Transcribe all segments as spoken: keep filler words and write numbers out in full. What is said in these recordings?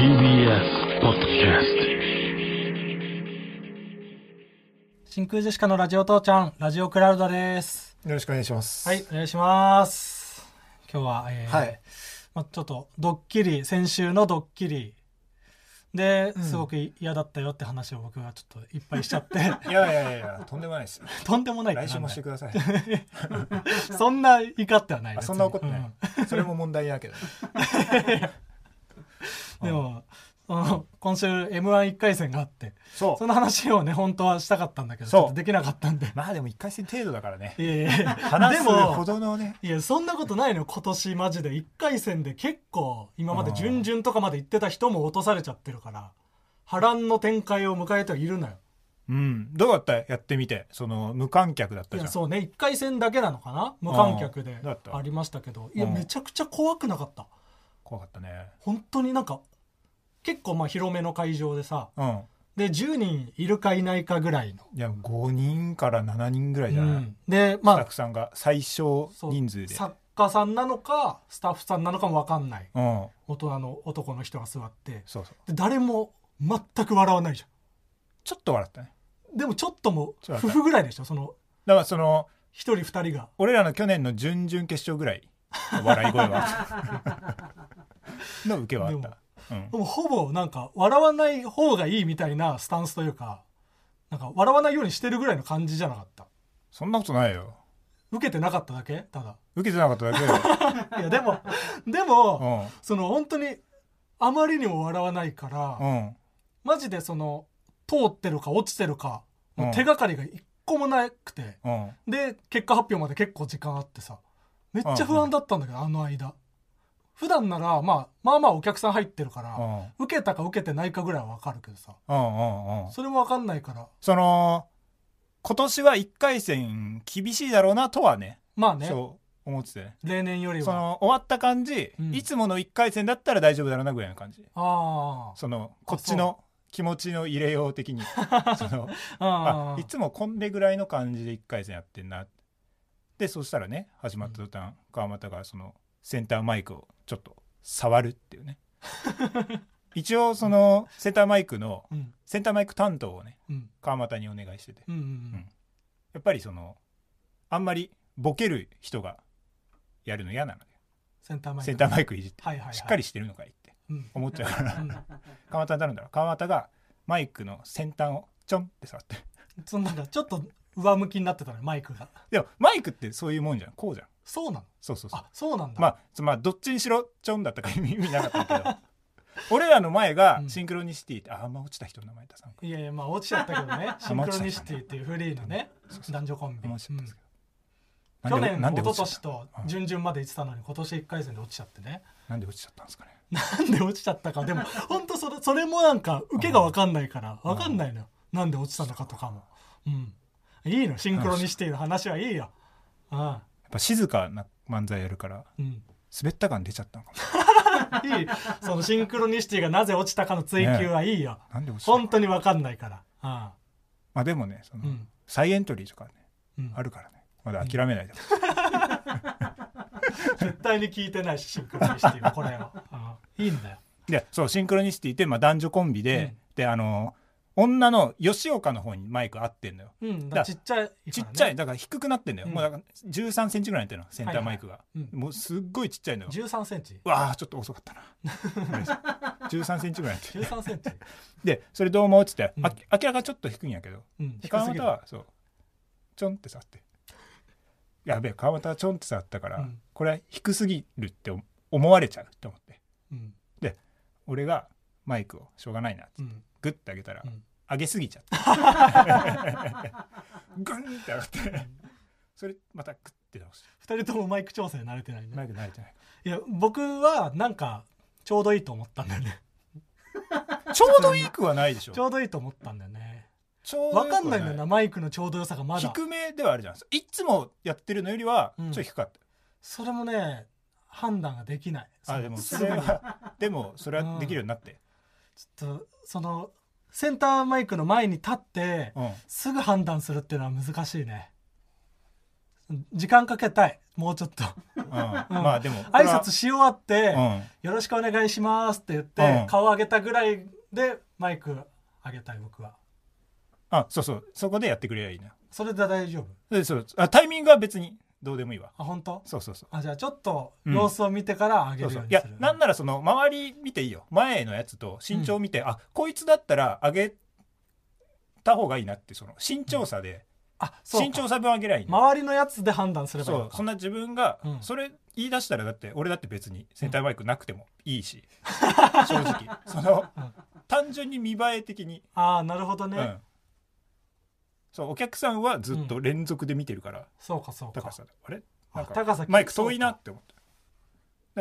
ティービーエス ポッドキャスト。真空ジェシカのラジオ父ちゃん、ラジオクラウドです。 よろしくお願いします。 はい、お願いします。今日は、えーはいまあ、ちょっとドッキリ、先週のドッキリですごく嫌だったよって話を僕がちょっといっぱいしちゃって、 いやいやいやいや、とんでもないですよ。 とんでもないって来週もしてください。 そんな怒ってはない。 あ、そんな怒ってない、うん、それも問題だけどでも、うん、今週 エムワンいっ 回戦があって、そうその話をね本当はしたかったんだけどちょっとできなかったんで、 まあでもいっかい戦程度だからね。 いやいや話すほどのね。 いやそんなことないのよ。今年マジでいっかい戦で結構今まで準々とかまで行ってた人も落とされちゃってるから、波乱の展開を迎えてはいるのよ。 うん、どうだったやってみて。その無観客だったじゃん。 いやそうね、いっかい戦だけなのかな、無観客でありましたけど、いやめちゃくちゃ怖くなかった？ 怖かったね。 本当になんか結構まあ広めの会場でさ、 うん、 でじゅうにんいるかいないかぐらいの、 いやごにんからななにんぐらいじゃない、うん、 でまあスタッフさんが最小人数で、 作家さんなのかスタッフさんなのかも分かんない、 うん、 大人の男の人が座って、 そうそうで誰も全く笑わないじゃん。 ちょっと笑ったね。 でもちょっとも夫婦ぐらいでしょ。そのだからそのひとりふたりが俺らの去年の準々決勝ぐらい笑い声はの受けはあった。 で も,、うん、でもほぼなんか笑わない方がいいみたいなスタンスというか、なんか笑わないようにしてるぐらいの感じじゃなかった？ そんなことないよ。 受けてなかっただけ？ただ受けてなかっただけよいやでもでも、うん、その本当にあまりにも笑わないから、うん、マジでその通ってるか落ちてるかの手がかりが一個もなくて、うん、で結果発表まで結構時間あってさ、めっちゃ不安だったんだけど、うん、あの間普段なら、まあ、まあまあお客さん入ってるから、うん、受けたか受けてないかぐらいは分かるけどさ、うんうんうん、それも分かんないから、その今年はいっかい戦厳しいだろうなとはね、 まあね、 そう思ってて、ね、 例年よりはその終わった感じ、うん、いつものいっかい戦だったら大丈夫だろうなぐらいの感じ。あそのこっちの気持ちの入れよう的にそのあいつもこんでぐらいの感じでいっかい戦やってんな。でそしたらね、始まった途端、うん、川又がそのセンターマイクをちょっと触るっていうね一応そのセンターマイクの、うん、センターマイク担当をね、うん、川又にお願いしてて、うんうんうんうん、やっぱりそのあんまりボケる人がやるの嫌なので、 センターマイク、 センターマイクいじって、 はいはいはい、 しっかりしてるのかいって思っちゃうから、うん、川又に頼んだら川又がマイクの先端をちょんって触ってそのなんかちょっと上向きになってたね、マイクが。 でもマイクってそういうもんじゃん、こうじゃん。 そうなの？ そうそうそう。 あ、そうなんだ。 まあ、まあ、どっちにしろちょんだったか意味なかったけど俺らの前がシンクロニシティって、うん、あんま落ちた人の名前出さんか。 いやいや、まあ落ちちゃったけどねシンクロニシティっていうフリーのね男女コンビ、うん、去年一昨年と準々まで行ってたのに今年いっかい戦で落ちちゃってね。 なんで落ちちゃったんですかね。 なんで落ちちゃったか、でも本当それそれもなんか受けが分かんないから分かんないのよ、うん、なんで落ちたのかとかも。うんいいの、シンクロニシティの話はいいよ。ああやっぱ静かな漫才やるから、うん、滑った感出ちゃったのかもいい、そのシンクロニシティがなぜ落ちたかの追求はいいよ、ね、なんで落ちたの本当に分かんないから。ああまあでもね、その、うん、再エントリーとかね、うん、あるからね、まだ諦めないで、 うん、絶対に聞いてないしシンクロニシティはこれはああいいんだよ。 でそうシンクロニシティって、まあ、男女コンビで、うん、であの女の吉岡の方にマイク合ってんのよ、 うん、だちっちゃい、ね、 ちっちゃいだから低くなってんのよ、うん、もうだからじゅうさんセンチぐらいになってるのセンターマイクが、はいはいうん、もうすっごいちっちゃいのよ。 じゅうさんセンチ、 うわーちょっと遅かったなじゅうさんセンチぐらいになってるじゅうさんセンチでそれどう思うっつって、うん、あ明らかちょっと低いんやけど、うん、川又はそうちょんって触って、やべえ川又はちょんって触ったから、うん、これは低すぎるって思われちゃうって思って、うん、で俺がマイクをしょうがないなっつって、うん、グッて上げたら、うん上げすぎちゃってグンって上がってそれまたグッて直してふたりともマイク調整慣れてないね。 マイク慣れてない。 いや僕はなんかちょうどいいと思ったんだよねちょうどいいくはないでしょ。 ちょうどいいと思ったんだよね。分かんないんだよな、マイクのちょうど良さがまだ低めではあるじゃん。いつもやってるのよりはちょっと低かった、うん、 それもね判断ができない。 あでもそれはでもそれはできるようになって、うん、 ちょっとそのセンターマイクの前に立って、うん、すぐ判断するっていうのは難しいね。 時間かけたいもうちょっと、 うんうん、まあでも挨拶し終わって、うん、よろしくお願いしますって言って、うん、顔上げたぐらいでマイク上げたい僕は。 あ、そうそう、そこでやってくれりゃいいな。 それで大丈夫？ で、そうあタイミングは別にどうでもいいわ。 あ、本当？ そうそうそう。 あ、じゃあちょっと様子を見てから上げるようにする、 うん、そうそう。いや、なんならその周り見ていいよ。前のやつと身長見て、うん、あ、こいつだったら上げた方がいいなって、その身長差で、うん、あ、そう身長差分上げりゃいい、ね、 周りのやつで判断すればいいのか。 そう、そんな自分が、うん、それ言い出したらだって俺だって別にセンターマイクなくてもいいし、うん、正直その、うん、単純に見栄え的に。 ああ、なるほどね、うん、 そう、お客さんはずっと連続で見てるから、うん、 そうかそうか。 高さあれなんか高さマイク遠いなって思った。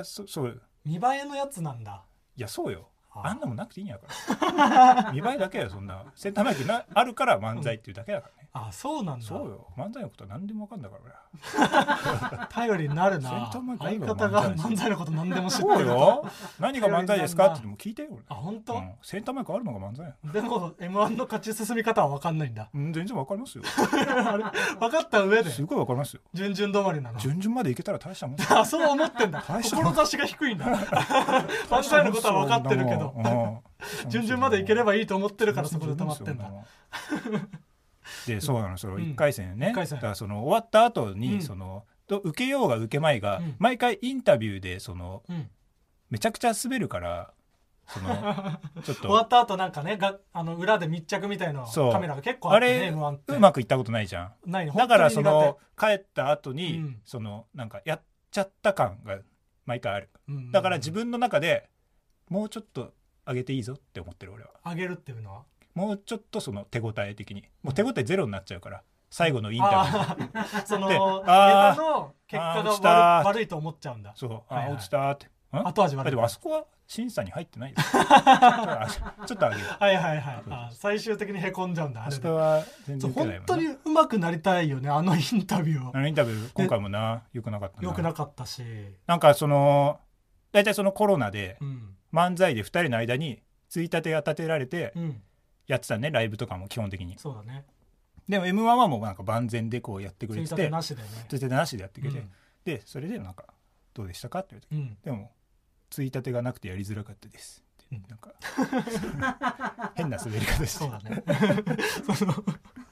そそう見栄えのやつなんだ。 いやそうよ、あんなもんなくていいんやから見栄えだけや、そんなセンターマイクなあるから漫才っていうだけだからね、 うん、あ、そうなんだ。 そうよ、漫才のことは何でも分かんだから俺頼りになるな。相方が漫才のこと何でも知ってる。 そうよ、何が漫才ですかっても聞いてよ。 あ、本当、うん、 センターマイクあるのが漫才や。 でも エムワン の勝ち進み方は分かんないんだ。 うん、全然分かりますよあれ分かった上ですごい分かりますよ。 順々止まりなの。 順々までいけたら大したもんあ、そう思ってんだ。志が低いんだ漫才のことは分かってるけど順々までいければいいと思ってるからそこで止まってんだで、そうなの、そのいっかい戦ね、うん、だからその終わった後に、うん、そのと受けようが受けまいが、うん、毎回インタビューでその、うん、めちゃくちゃ滑るからそのちょっと終わった後なんかねがあの裏で密着みたいなカメラが結構あってね、あれエムワン ってうまくいったことないじゃん。ない、だからその帰った後に、うん、そのなんかやっちゃった感が毎回ある、うんうんうん、だから自分の中でもうちょっと上げていいぞって思ってる俺は。 上げるっていうのはもうちょっとその手応え的にもう手応えゼロになっちゃうから最後のインタビューそのネタの結果が 悪, 悪いと思っちゃうんだ。 そう、あ、はいはい、落ちたって後味悪い。 でもあそこは審査に入ってないですちょっと上げるはいはいはい。あ、最終的にへこんじゃうんだ。 あそこは全然本当に上手くなりたいよね、あのインタビューを。 あのインタビュー今回もな良くなかったな。 良くなかったし、 なんかその大体そのコロナで、うん、漫才でふたりの間についたてが立てられてやってたね、ライブとかも基本的に。 そうだね。 でも エムワン はもうなんか万全でこうやってくれてて、ついたてなしでね、 ついたてなしでやってくれて、うん、でそれでなんかどうでしたかって言われて、うん、でもついたてがなくてやりづらかったですって、うん、なんか変な滑り方して。 そうだねその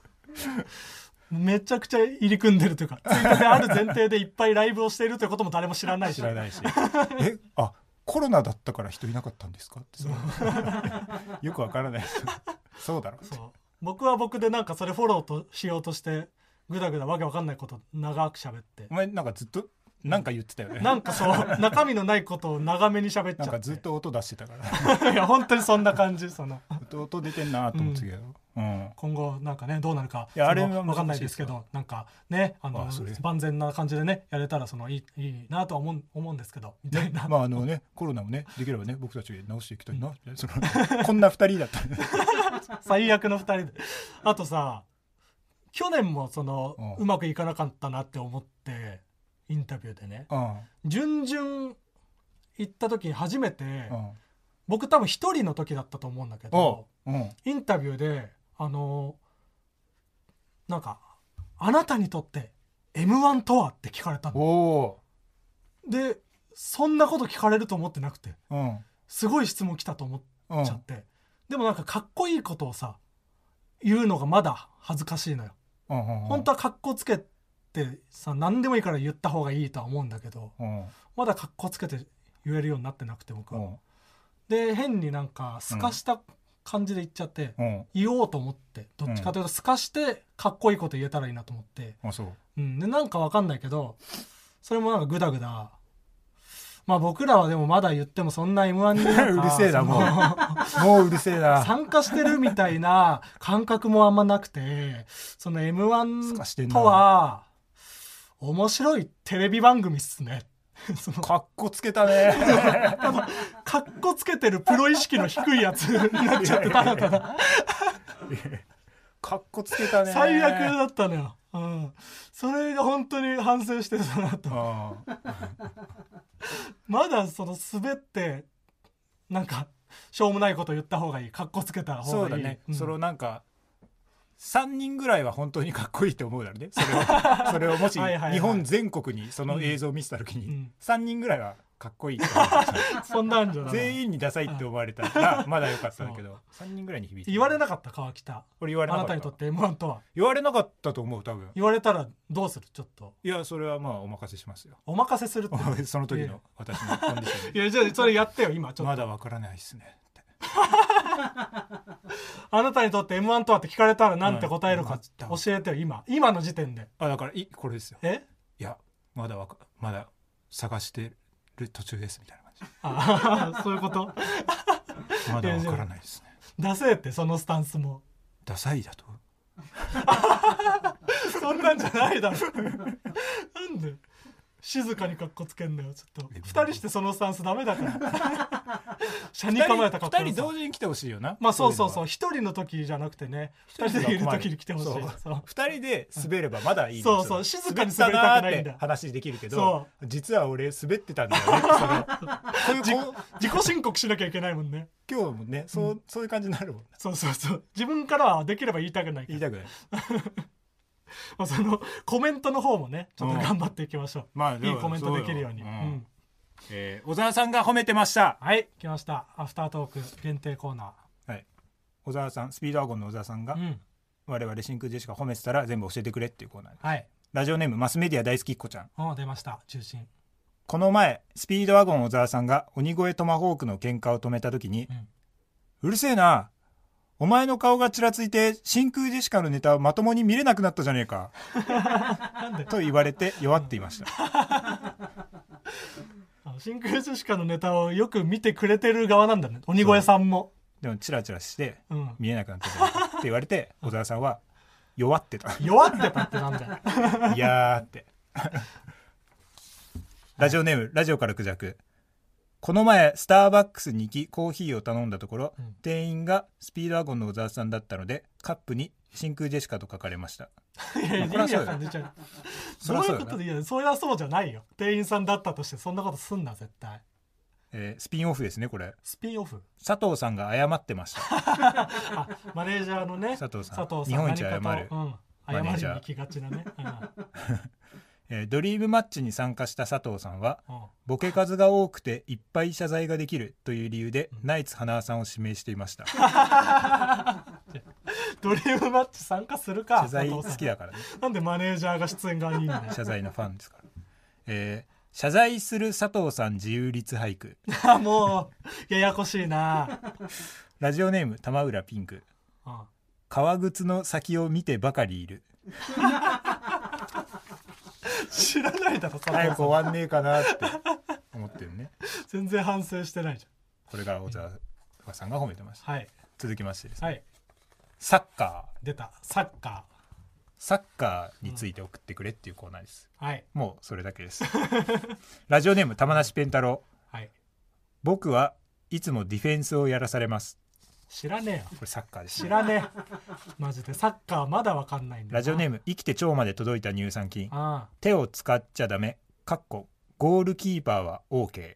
めちゃくちゃ入り組んでるというか、ついたてある前提でいっぱいライブをしているということも誰も知らないし知らないしえ、あ、コロナだったから人いなかったんですかってよくわからないそうだろう。そう、 僕は僕でなんかそれフォローとしようとしてぐだぐだわけわかんないこと長く喋って、 お前なんかずっとなんか言ってたよね。 なんかそう中身のないことを長めに喋っちゃって、 なんかずっと音出してたからいや本当にそんな感じ。その音出てんなと思ってたけど、うんうん、 今後なんかねどうなるかいやあれは分かんないですけど、なんかねあのあ万全な感じでねやれたらそのいいいいなとは思う思うんですけどみたいな、 まああのねコロナもねできればね僕たち直していきたいな、うん、そのこんなふたりだった最悪のふたりで。あとさ、去年もその、うん、うまくいかなかったなって思ってインタビューでね、うん、準々行った時に初めて、うん、僕多分一人の時だったと思うんだけど、うん、インタビューであのなんかあなたにとって エムワン とはって聞かれたので、そんなこと聞かれると思ってなくて、うん、すごい質問来たと思っちゃって、うん、でもなんかかっこいいことをさ言うのがまだ恥ずかしいのよ、うんうんうん、本当はかっこつけてさ何でもいいから言った方がいいとは思うんだけど、うん、まだかっこつけて言えるようになってなくて僕は、うん、で変になんかすかした感じで言っちゃって、うん、言おうと思ってどっちかというとすかしてかっこいいこと言えたらいいなと思って、 うん、そう、 うん、でなんかわかんないけどそれもなんかグダグダ、まあ僕らはでもまだ言ってもそんな エムワン になんかうるせえなもうもううるせえな参加してるみたいな感覚もあんまなくて、その エムワン とは面白いテレビ番組っすねそのかっこつけたねかっこつけてるプロ意識の低いやつになっちゃってただただかっこつけたね、 最悪だったのよ、うん、それが本当に反省してたなとまだその滑ってなんかしょうもないこと言った方がいい、かっこつけた方がいい。 そうだね、うん、そのなんかさんにんぐらいは本当にかっこいいと思うだろうね。それをそれをもし日本全国にその映像を見せた時にさんにんぐらいはかっこいいと思うそんなんじゃない全員にダサいって思われたらまだよかったんだけどさんにんぐらいに響いて言われなかった川北。 俺言われなかった。 あなたにとって エムワン とは言われなかったと思う多分。 言われたらどうするちょっと。 いやそれはまあお任せしますよ。 お任せするってその時の私のコンディションで。 いやじゃあそれやってよ今ちょっと。 まだわからないですねってあなたにとって エムワン とはって聞かれたらなんて答えるか教えてよ今今の時点で。 あだからいこれですよ。 えいやまだわかまだ探してる途中ですみたいな感じ。 ああそういうことまだわからないですね。 ダセーってそのスタンスもダサいだとそんなんじゃないだろなんで静かにカッコつけんのよちょっとふたりしてそのスタンスダメだから車に構えたカッコふたり同時に来てほしいよな。 まあそうそうそうひとりの時じゃなくてねふたりでいる時に来てほしい。 ふたりで滑ればまだいい。 そうそう静かに滑りたくないんだ。 話できるけど実は俺滑ってたんだよね。その自己申告しなきゃいけないもんね今日もねそうそういう感じになるもん。 そうそうそう自分からはできれば言いたくない言いたくないまあそのコメントの方もねちょっと頑張っていきましょう、 うんまあ、 いいコメントできるように。 うんうんえー、小沢さんが褒めてました。 はい来ましたアフタートーク限定コーナー、はい、小沢さんスピードワゴンの小沢さんが、うん、我々真空ジェシカ褒めてたら全部教えてくれっていうコーナーです、はい、ラジオネームマスメディア大好きっ子ちゃん。 お出ました中心。 この前スピードワゴン小沢さんが鬼越トマホークの喧嘩を止めた時に、うん、うるせえなお前の顔がちらついて真空ジェシカのネタをまともに見れなくなったじゃねえかと言われて弱っていました真空ジェシカのネタをよく見てくれてる側なんだね鬼越さんも。 でもチラチラして見えなくなったじゃねえかって言われて小沢さんは弱ってた弱ってたってなんだよいやーってラジオネームラジオからクジャク。この前スターバックスに行きコーヒーを頼んだところ、うん、店員がスピードワゴンの小沢さんだったのでカップに真空ジェシカと書かれました。 いやいや意味わかんないじゃんそういうことでいやそれはそうじゃないよ。店員さんだったとしてそんなことすんな絶対、 えー、スピンオフですねこれ。 スピンオフ佐藤さんが謝ってましたあマネージャーのね佐藤さん佐藤さん日本一謝る、 うん、謝りに行きがちなね、うんえー、ドリームマッチに参加した佐藤さんは、うん、ボケ数が多くていっぱい謝罪ができるという理由で、うん、ナイツ花輪さんを指名していましたドリームマッチ参加するか。 謝罪好きだからねなんでマネージャーが出演がいいんだよ謝罪のファンですから、えー、謝罪する佐藤さん自由律俳句もうややこしいなラジオネーム玉浦ピンク。ああ革靴の先を見てばかりいる知らないだろ早く終わんねえかなって思ってるね全然反省してないじゃん。 これが小沢さんが褒めてました、 はい、 続きましてですね、はい、 サッカー出たサッカーサッカーについて送ってくれっていうコーナーです、 うん、はい、 もうそれだけですラジオネーム玉梨ペン太郎、はい、僕はいつもディフェンスをやらされます。 知らねえよこれサッカーです、 ね、知らねえマジでサッカーまだわかんないんだ。 ラジオネーム生きて腸まで届いた乳酸菌。ああ手を使っちゃダメかっこゴールキーパーは OK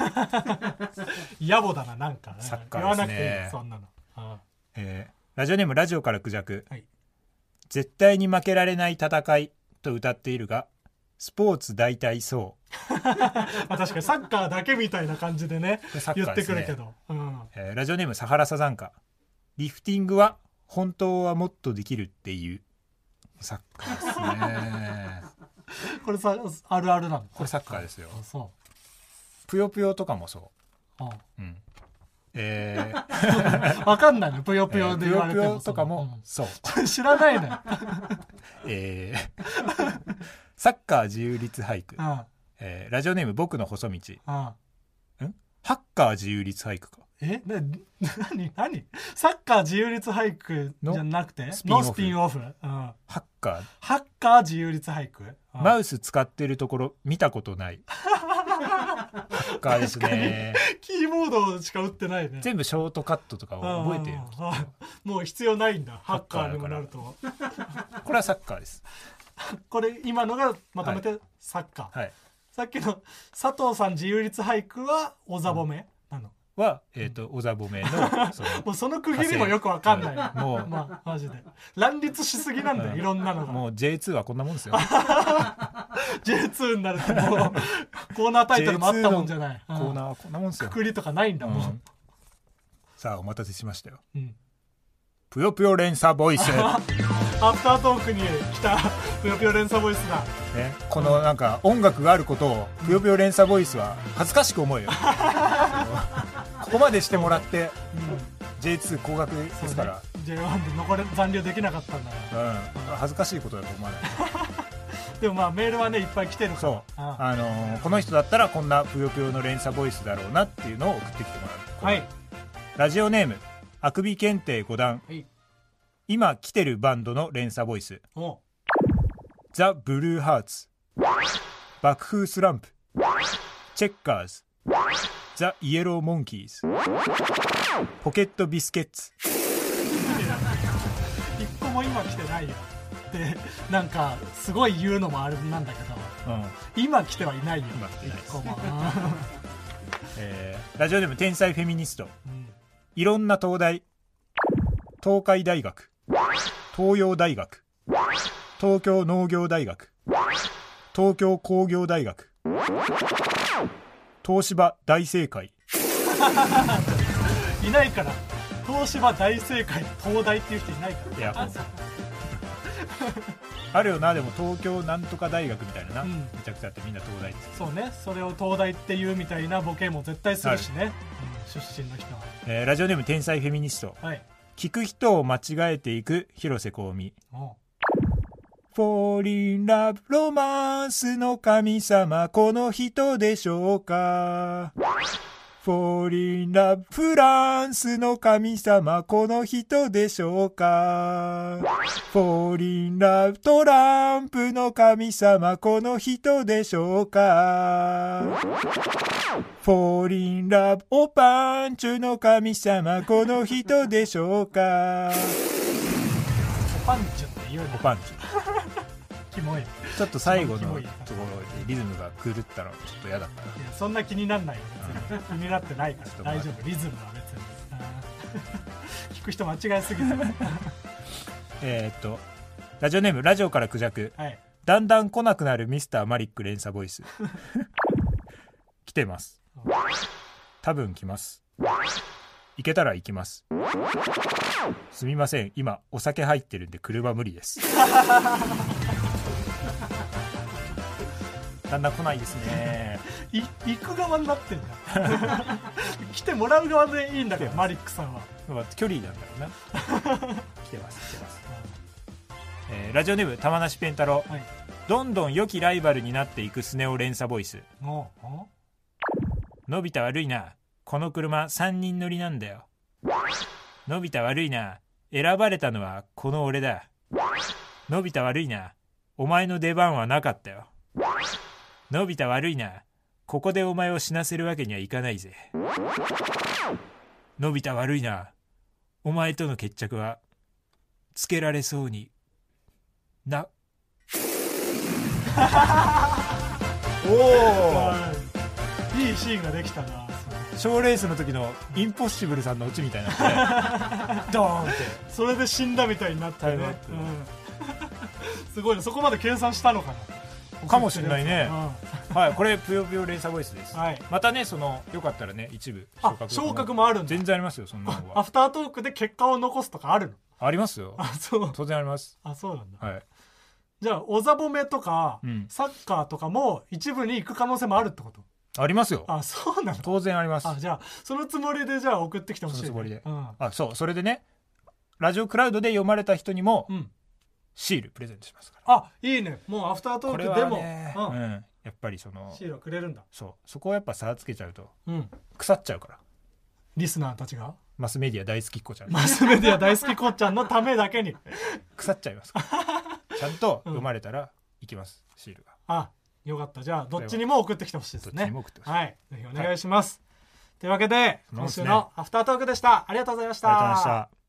野暮だななんか、ね、 サッカーですね。言わなくていいそんなの。ああ、えー、ラジオネームラジオからクジャク、はい、絶対に負けられない戦いと歌っているがスポーツ大体そうまあ確かにサッカーだけみたいな感じで ね, でね言ってくるけど、うんえー、ラジオネームサハラサザンカ。リフティングは本当はもっとできるっていうサッカーですねこれさあるあるなの。 これサッカーですよ。 あそうぷよぷよとかもそう。ああ、うんえー、 分かんないのぷよぷよで言われても、 えー、ぷよぷよとかもそう、 うん、知らないのよえー、サッカー自由律俳句。ああ、えー、ラジオネーム僕の細道。ああ、んハッカー自由律俳句か。 えな何何サッカー自由律俳句じゃなくてスピンオフ、のスピンオフ、うん、ハッカーハッカー自由律俳句。 マウス使ってるところ見たことないハッカーですね。 キーボードしか打ってないね。 全部ショートカットとかを覚えてる。 もう必要ないんだハッカーにもなると。 これはサッカーです。 これ今のがまとめてサッカー、はいはい、さっきの佐藤さん自由律俳句はおざぼめ、うん、なのは、えーと、小沢褒めのそのもうその区切りもよくわかんないもう、まあ、マジで乱立しすぎなんだよ、うん、いろんなのが。 もう ジェイツー はこんなもんですよジェイツー になるともうコーナータイトルもあったもんじゃない、 コーナーはこんなもんですよ。 くくりとかないんだもん、うん、 さあお待たせしましたよ、うん、ぷよぷよ連鎖ボイスアフタートークに来たぷよぷよ連鎖ボイスだ、 ね、このなんか音楽があることをぷよぷよ連鎖ボイスは恥ずかしく思うよここまでしてもらって、うん、ジェイツー 高額ですから、ね、 ジェイワン で残れ残留できなかったんだよ、 うん、恥ずかしいことだと思わないでもまあメールはねいっぱい来てるから、 そう、ああのー、この人だったらこんなぷよぷよの連鎖ボイスだろうなっていうのを送ってきてもらう。はい。ラジオネームあくび検定ご段、はい、今来てるバンドの連鎖ボイス。ザ・ブルーハーツ、爆風スランプ、チェッカーズ、ザ・イエローモンキーズ、ポケットビスケッツ。 一個も今来てないよってなんかすごい言うのもあれなんだけど、うん、今来てはいないよ。今来てないです、 えー、ラジオでも天才フェミニスト、うん、いろんな東大、東海大学、東洋大学、東京農業大学、東京工業大学、東芝大正解いないから。東芝大正解東大っていう人いないから。いやあるよな。でも東京なんとか大学みたいなな、うん、めちゃくちゃあってみんな東大って。 そうね、それを東大っていうみたいなボケも絶対するしね、うん、出身の人は、 えー、ラジオネーム天才フェミニスト、はい、聞く人を間違えていく広瀬香美。フォーリンラブロマンスの神様この人でしょうか。フォーリンラブフランスの神様この人でしょうか。フォーリンラブトランプの神様この人でしょうか。フォーリンラブおパンチュの神様この人でしょうか。 おパンチュって言うの。 おパンチュキモい。 ちょっと最後のところでリズムが狂ったのちょっと嫌だったな。 いやそんな気になんないよ、うん、気になってないから大丈夫。リズムは別に聞く人間違いすぎたえっとラジオネームラジオからクジャク、はい、だんだん来なくなるミスターマリック連鎖ボイス来てます。多分来ます。行けたら行きます。すみません今お酒入ってるんで車無理ですだんだん来ないですね。 い行く側になってんだ来てもらう側でいいんだけどマリックさんは、 まあ、距離なんだろうな来てます来てます、えー、ラジオネーム玉梨ペンタロ、はい、どんどん良きライバルになっていくスネ夫連鎖ボイス。おおのび太悪いなこの車さんにん乗りなんだよ。のび太悪いな選ばれたのはこの俺だ。のび太悪いなお前の出番はなかったよ。のび太悪いなここでお前を死なせるわけにはいかないぜ。のび太悪いなお前との決着はつけられそうになおおいいシーンができたな。 賞レースの時のインポッシブルさんのオチみたいなドーンってそれで死んだみたいになってね、うん、すごいね。そこまで計算したのかなかもしれないね、うん、はい。これぷよぷよ連鎖ボイスです、はい、またねそのよかったらね一部昇格昇格もあるんだ。 全然ありますよそんなのは。 アフタートークで結果を残すとかあるの。 ありますよ。 あそう当然あります。 あそうなんだ、 はい。 じゃあおざぼめとか、うん、サッカーとかも一部に行く可能性もあるってこと。 ありますよ。 あそうなの。 当然あります。 あじゃあそのつもりでじゃあ送ってきてほしい、ね、 そのつもりで、 うん、 あそうそれでねラジオクラウドで読まれた人にも、うん、シールプレゼントしますから。 あいいね。もうアフタートークでも、 ねうんうん、やっぱりそのシールをくれるんだ。 そうそこをやっぱ差つけちゃうと、うん、腐っちゃうから。 リスナーたちがマスメディア大好きっ子ちゃんマスメディア大好きっ子ちゃんのためだけに腐っちゃいますからちゃんと読まれたらいきます、うん、シールが。 あよかった。じゃあどっちにも送ってきてほしいですね。 どっちにも送ってほしい。 はいぜひお願いします、はい、というわけで今週のアフタートークでした。ありがとうございました。 ありがとうございました。